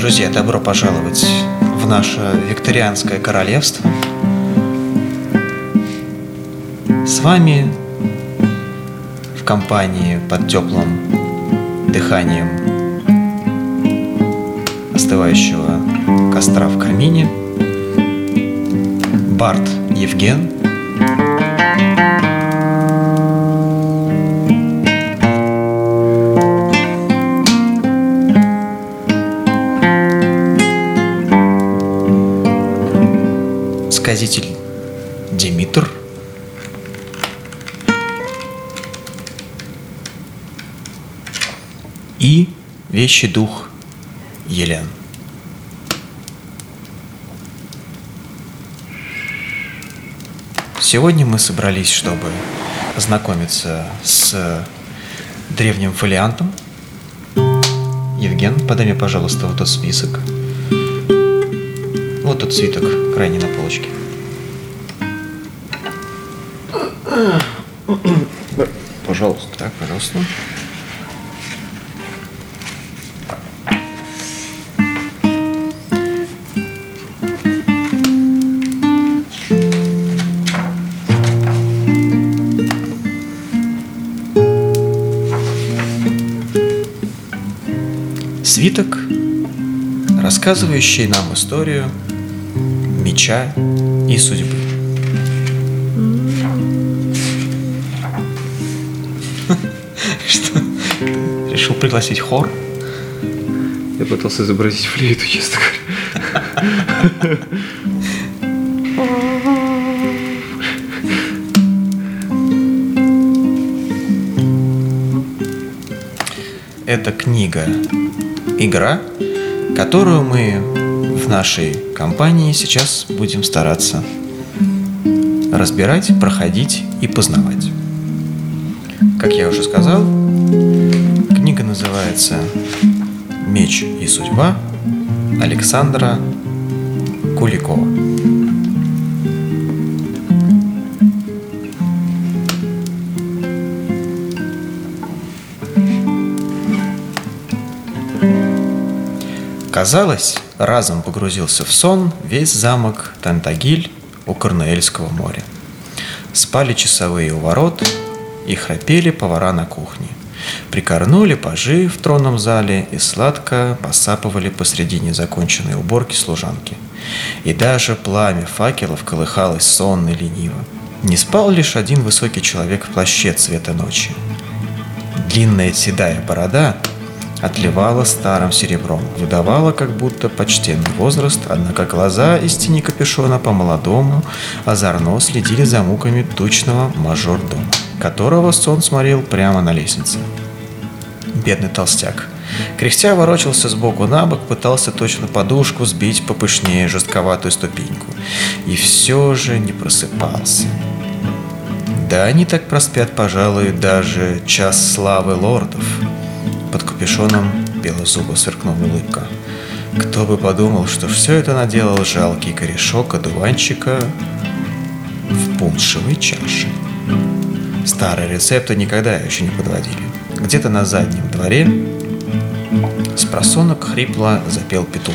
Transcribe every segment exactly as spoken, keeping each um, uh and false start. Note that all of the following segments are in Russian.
Друзья, добро пожаловать в наше викторианское королевство. С вами в компании под теплым дыханием остывающего костра в камине Бард Евген, сказитель Димитр, и вещий дух Елен. Сегодня мы собрались, чтобы ознакомиться с древним фолиантом. Евген, подай мне, пожалуйста, вот тот список. Вот тот свиток, крайне на полочке. Пожалуйста. Так, пожалуйста. Свиток, рассказывающий нам историю меча и судьбы. Что? Ты решил пригласить хор? Я пытался изобразить флейту, честно говоря. Это книга «Игра», которую мы в нашей компании сейчас будем стараться разбирать, проходить и познавать. Как я уже сказал, книга называется «Меч и судьба» Александра Куликова. Казалось, разом погрузился в сон весь замок Тантагиль у Корнуэльского моря. Спали часовые у ворот и храпели повара на кухне. Прикорнули пажи в тронном зале и сладко посапывали посреди незаконченной уборки служанки. И даже пламя факелов колыхалось сонно и лениво. Не спал лишь один высокий человек в плаще цвета ночи. Длинная седая борода отливала старым серебром, выдавала как будто почтенный возраст, однако глаза из тени капюшона по-молодому озорно следили за муками тучного мажордома, которого сон сморил прямо на лестнице. Бедный толстяк. Кряхтя ворочался сбоку на бок, пытался точно подушку сбить попышнее жестковатую ступеньку. И все же не просыпался. Да они так проспят, пожалуй, даже час славы лордов. Под капюшоном белозубо сверкнула улыбка. Кто бы подумал, что все это наделал жалкий корешок одуванчика в пуншевой чаше. Старые рецепты никогда еще не подводили. Где-то на заднем дворе спросонок хрипло запел петух.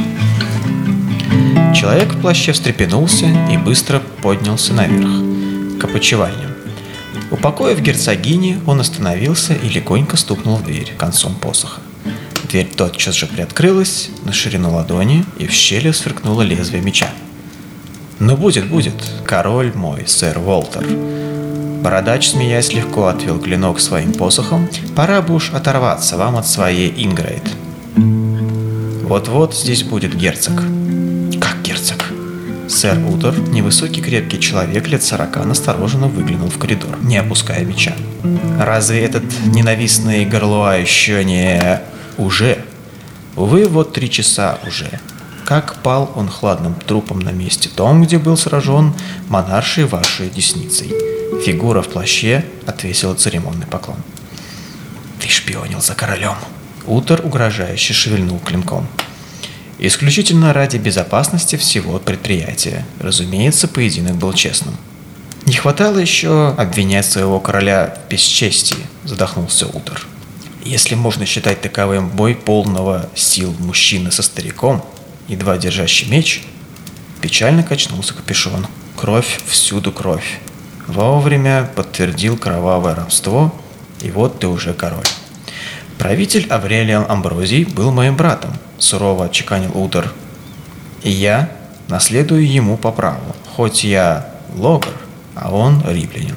Человек в плаще встрепенулся и быстро поднялся наверх, к опочивальням. Упокоив герцогини, он остановился и легонько стукнул в дверь концом посоха. Дверь тотчас же приоткрылась на ширину ладони, и в щели сверкнуло лезвие меча. «Ну будет, будет, король мой, сэр Уолтер!» Бородач, смеясь, легко отвел клинок своим посохом. «Пора бы уж оторваться вам от своей Ингрейд. Вот-вот здесь будет герцог». «Как герцог?» Сэр Утер, невысокий крепкий человек лет сорока, настороженно выглянул в коридор, не опуская меча. «Разве этот ненавистный Горлуа еще не... уже?» «Увы, вот три часа уже». Как пал он хладным трупом на месте том, где был сражен монаршей вашей десницей. Фигура в плаще отвесила церемонный поклон. «Ты шпионил за королем!» Утер угрожающе шевельнул клинком. Исключительно ради безопасности всего предприятия. Разумеется, поединок был честным. Не хватало еще обвинять своего короля в бесчестии, задохнулся Утер. Если можно считать таковым бой полного сил мужчины со стариком, едва держащий меч, печально качнулся капюшон. Кровь, всюду кровь. Вовремя подтвердил кровавое рабство, и вот ты уже король. Правитель Аврелиан Амброзий был моим братом, сурово отчеканил Утор. И я наследую ему по праву, хоть я логр, а он римлянин.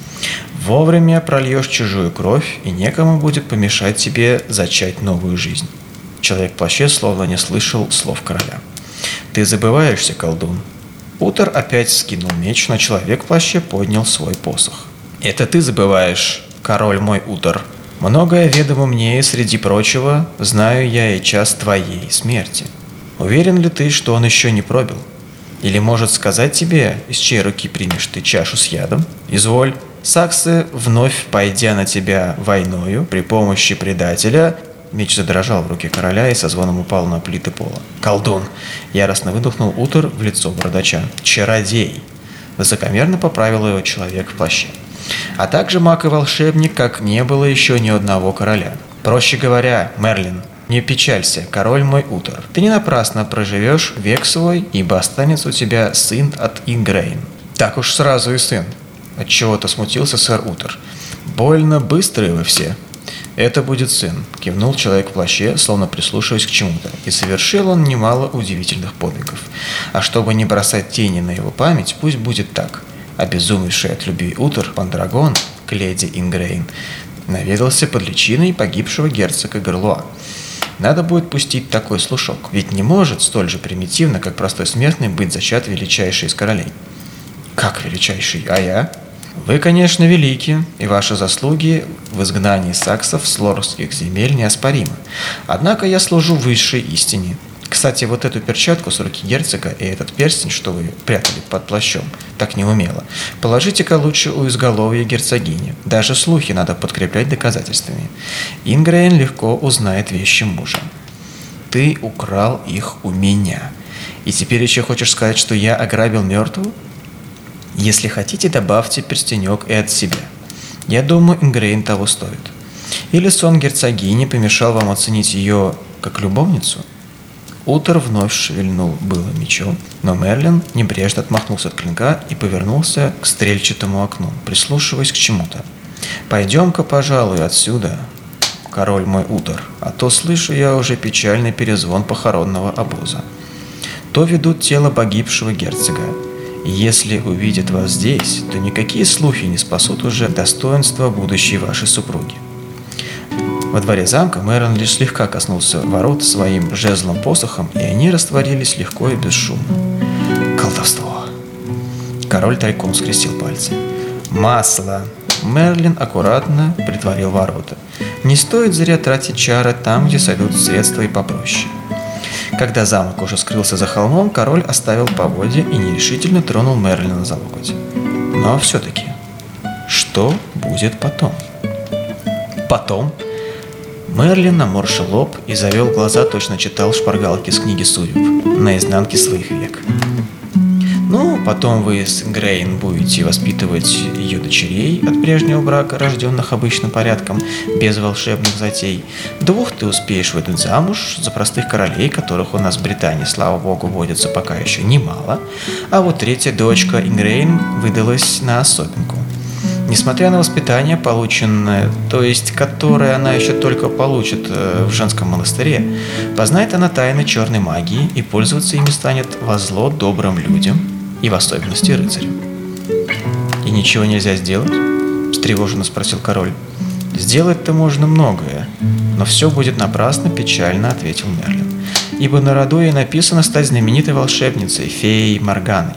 Вовремя прольешь чужую кровь, и некому будет помешать тебе зачать новую жизнь. Человек в плаще словно не слышал слов короля. Ты забываешься, колдун. Утор опять скинул меч, но человек в плаще поднял свой посох. Это ты забываешь, король мой Утор. Многое ведомо мне, и среди прочего знаю я и час твоей смерти. Уверен ли ты, что он еще не пробил? Или может сказать тебе, из чьей руки примешь ты чашу с ядом? Изволь. Саксы, вновь пойдя на тебя войною при помощи предателя... Меч задрожал в руке короля и со звоном упал на плиты пола. «Колдун!» – яростно выдохнул Утор в лицо бородача. «Чародей!» – высокомерно поправил его человек в плаще. «А также маг и волшебник, как не было еще ни одного короля. Проще говоря, Мерлин, не печалься, король мой Утор. Ты не напрасно проживешь век свой, ибо останется у тебя сын от Ингрейн». «Так уж сразу и сын!» – отчего-то смутился сэр Утор. «Больно быстрые вы все!» «Это будет сын», – кивнул человек в плаще, словно прислушиваясь к чему-то, и совершил он немало удивительных подвигов. А чтобы не бросать тени на его память, пусть будет так. Обезумевший от любви Утор Пандрагон к леди Ингрейн наведался под личиной погибшего герцога Герлуа. Надо будет пустить такой слушок, ведь не может столь же примитивно, как простой смертный, быть зачат величайший из королей. «Как величайший? А я?» «Вы, конечно, велики, и ваши заслуги в изгнании саксов с лорских земель неоспоримы. Однако я служу высшей истине. Кстати, вот эту перчатку с руки герцога и этот перстень, что вы прятали под плащом, так неумело, положите-ка лучше у изголовья герцогини. Даже слухи надо подкреплять доказательствами. Ингрейн легко узнает вещи мужа. Ты украл их у меня. И теперь еще хочешь сказать, что я ограбил мертвую? Если хотите, добавьте перстенек и от себя. Я думаю, Ингрейн того стоит. Или сон герцогини помешал вам оценить ее как любовницу?» Утор вновь шевельнул было мечом, но Мерлин небрежно отмахнулся от клинка и повернулся к стрельчатому окну, прислушиваясь к чему-то. «Пойдем-ка, пожалуй, отсюда, король мой Утор, а то слышу я уже печальный перезвон похоронного обоза. То ведут тело погибшего герцога. Если увидят вас здесь, то никакие слухи не спасут уже достоинства будущей вашей супруги». Во дворе замка Мерлин лишь слегка коснулся ворот своим жезлом-посохом, и они растворились легко и бесшумно. «Колдовство!» Король тайком скрестил пальцы. «Масло!» Мерлин аккуратно притворил ворота. «Не стоит зря тратить чары там, где сойдут средства и попроще». Когда замок уже скрылся за холмом, король оставил поводья и нерешительно тронул Мерлина за локоть. Но все-таки, что будет потом? Потом? Мерлин наморщил лоб и завел глаза, точно читал шпаргалки с книги судеб на изнанке своих век. Ну, потом вы с Ингрейн будете воспитывать ее дочерей от прежнего брака, рожденных обычным порядком, без волшебных затей. Двух ты успеешь выдать замуж за простых королей, которых у нас в Британии, слава богу, водится пока еще немало. А вот третья дочка Ингрейн выдалась на особенку. Несмотря на воспитание, полученное, то есть которое она еще только получит э, в женском монастыре, познает она тайны черной магии и пользоваться ими станет во зло добрым людям, и в особенности рыцарям. «И ничего нельзя сделать?» – встревоженно спросил король. «Сделать-то можно многое, но все будет напрасно», – печально ответил Мерлин. «Ибо на роду ей написано стать знаменитой волшебницей, феей Морганой».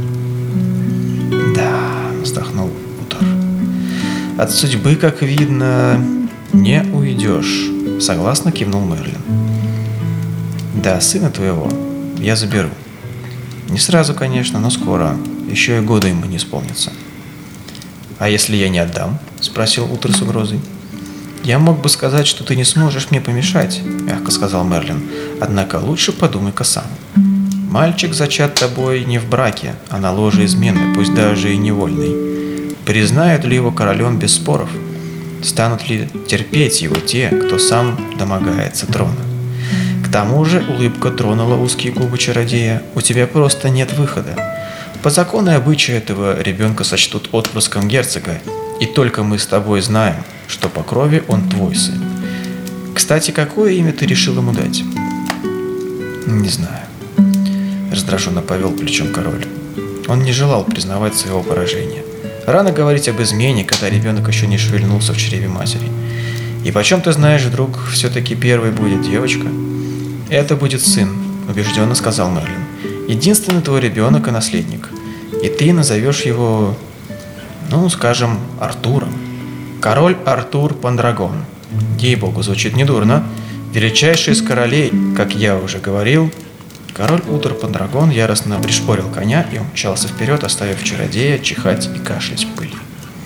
«Да», – вздохнул Утор. «От судьбы, как видно, не уйдешь», – согласно кивнул Мерлин. «Да, сына твоего я заберу. Не сразу, конечно, но скоро. Еще и года ему не исполнится». «А если я не отдам?» – спросил Утор с угрозой. «Я мог бы сказать, что ты не сможешь мне помешать», – мягко сказал Мерлин. «Однако лучше подумай-ка сам. Мальчик зачат тобой не в браке, а на ложе измены, пусть даже и невольной. Признают ли его королем без споров? станут ли терпеть его те, кто сам домогается трона? К тому же улыбка тронула узкие губы чародея. У тебя просто нет выхода. По закону и обычаю этого ребенка сочтут отпрыском герцога, и только мы с тобой знаем, что по крови он твой сын. Кстати, какое имя ты решил ему дать? Не знаю. Раздраженно повел плечом король. Он не желал признавать своего поражения. Рано говорить об измене, когда ребенок еще не шевельнулся в чреве матери. И почем ты знаешь, вдруг все-таки первой будет девочка? Это будет сын, убежденно сказал Мерлин. Единственный твой ребенок и наследник. И ты назовешь его, ну, скажем, Артуром. Король Артур Пендрагон. Ей-богу, звучит недурно. Величайший из королей, как я уже говорил. Король Утор Пендрагон яростно пришпорил коня и умчался вперед, оставив чародея чихать и кашлять в пыли.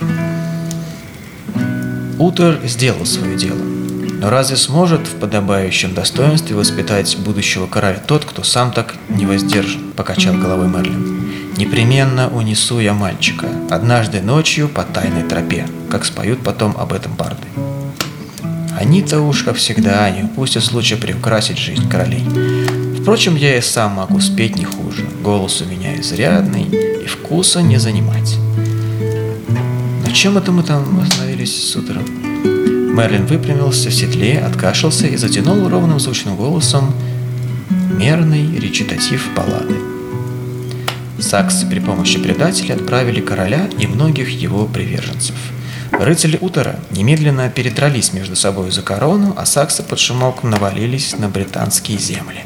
Утор сделал свое дело. Но разве сможет в подобающем достоинстве воспитать будущего короля тот, кто сам так не воздержан? Покачал головой Мерлин. Непременно унесу я мальчика однажды ночью по тайной тропе, как споют потом об этом барды. Они-то уж, как всегда, не упустят случая приукрасить жизнь королей. Впрочем, я и сам могу спеть не хуже. Голос у меня изрядный, и вкуса не занимать. Но чем это мы там остановились с утром? Мерлин выпрямился в седле, откашлялся и затянул ровным звучным голосом мерный речитатив баллады. Саксы при помощи предателей отправили короля и многих его приверженцев. Рыцари Утора немедленно передрались между собой за корону, а саксы под шумок навалились на британские земли.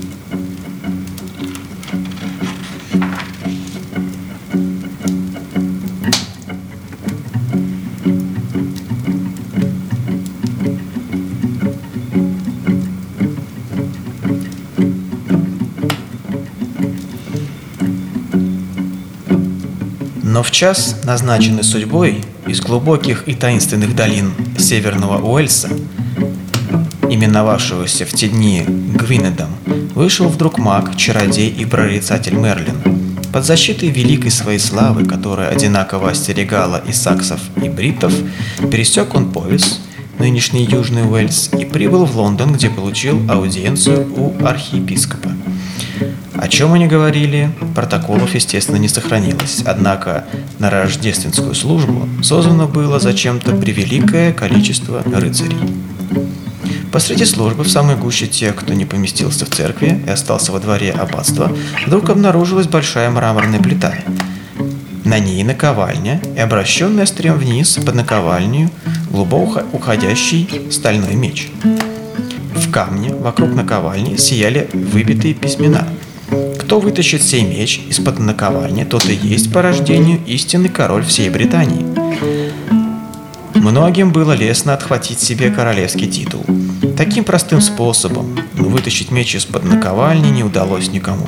Но в час, назначенный судьбой, из глубоких и таинственных долин Северного Уэльса, именовавшегося в те дни Гвинедом, вышел вдруг маг, чародей и прорицатель Мерлин. Под защитой великой своей славы, которая одинаково остерегала и саксов, и бриттов, пересек он Повис, нынешний Южный Уэльс, и прибыл в Лондон, где получил аудиенцию у архиепископа. О чем они говорили, протоколов, естественно, не сохранилось, однако на рождественскую службу созвано было зачем-то превеликое количество рыцарей. Посреди службы, в самой гуще тех, кто не поместился в церкви и остался во дворе аббатства, вдруг обнаружилась большая мраморная плита. На ней наковальня и обращенный острием вниз под наковальню глубоко уходящий стальной меч. В камне вокруг наковальни сияли выбитые письмена. Кто вытащит сей меч из-под наковальни, тот и есть по рождению истинный король всей Британии. Многим было лестно отхватить себе королевский титул. Таким простым способом, но вытащить меч из-под наковальни не удалось никому.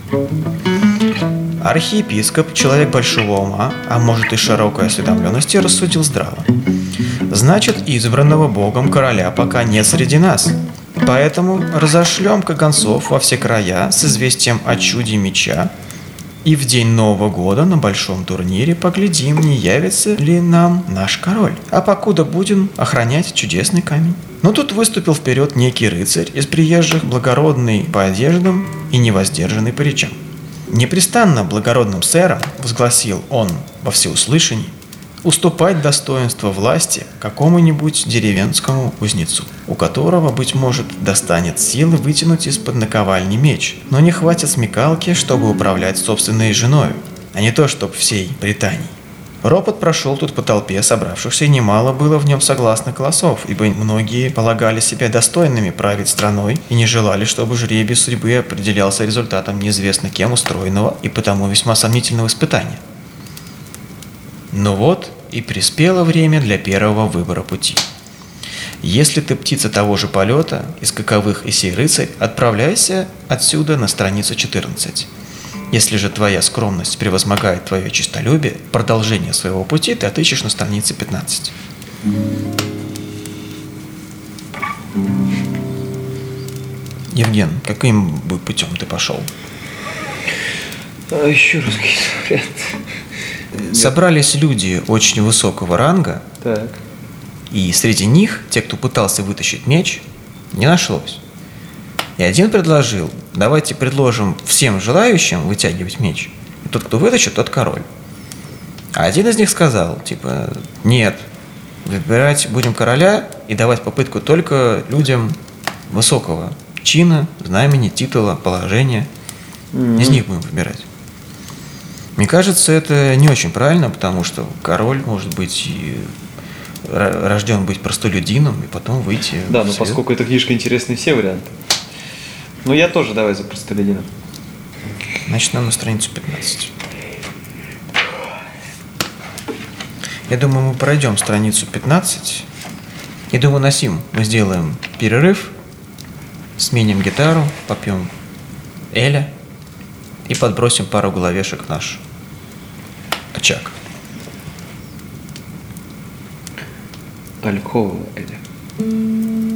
Архиепископ, человек большого ума, а может и широкой осведомленности, рассудил здраво. Значит, избранного Богом короля пока нет среди нас. Поэтому разошлем-ка гонцов во все края с известием о чуде меча, и в день Нового года на большом турнире поглядим, не явится ли нам наш король, а покуда будем охранять чудесный камень. Но тут выступил вперед некий рыцарь из приезжих, благородный по одеждам и невоздержанный по речам. Непрестанно благородным сэром, возгласил он во всеуслышании, уступать достоинство власти какому-нибудь деревенскому кузнецу, у которого, быть может, достанет силы вытянуть из-под наковальни меч, но не хватит смекалки, чтобы управлять собственной женою, а не то, чтоб всей Британии. Ропот прошел тут по толпе собравшихся, и немало было в нем согласных голосов, ибо многие полагали себя достойными править страной и не желали, чтобы жребий судьбы определялся результатом неизвестно кем устроенного и потому весьма сомнительного испытания. Ну вот и приспело время для первого выбора пути. Если ты птица того же полета, из каковых и сей рыцарь, отправляйся отсюда на страницу четырнадцать. Если же твоя скромность превозмогает твое честолюбие, продолжение своего пути ты отыщешь на странице пятнадцать. Евген, каким бы путем ты пошел? А еще раз какие варианты? Собрались люди очень высокого ранга, Так. И среди них, те, кто пытался вытащить меч, не нашлось. И один предложил: давайте предложим всем желающим вытягивать меч. И тот, кто вытащит, тот король. А один из них сказал, типа, нет, выбирать будем короля и давать попытку только людям высокого чина, знамени, титула, положения. Mm-hmm. Из них будем выбирать. Мне кажется, это не очень правильно, потому что король может быть и рожден быть простолюдином и потом выйти. Да, но поскольку эта книжка интересны все варианты. Ну я тоже давай за простолюдина. Значит, нам на страницу пятнадцать. Я думаю, мы пройдем страницу пятнадцать. И думаю, Насим, мы сделаем перерыв, сменим гитару, попьем эля и подбросим пару головешек в наш очаг. Ольхового эля.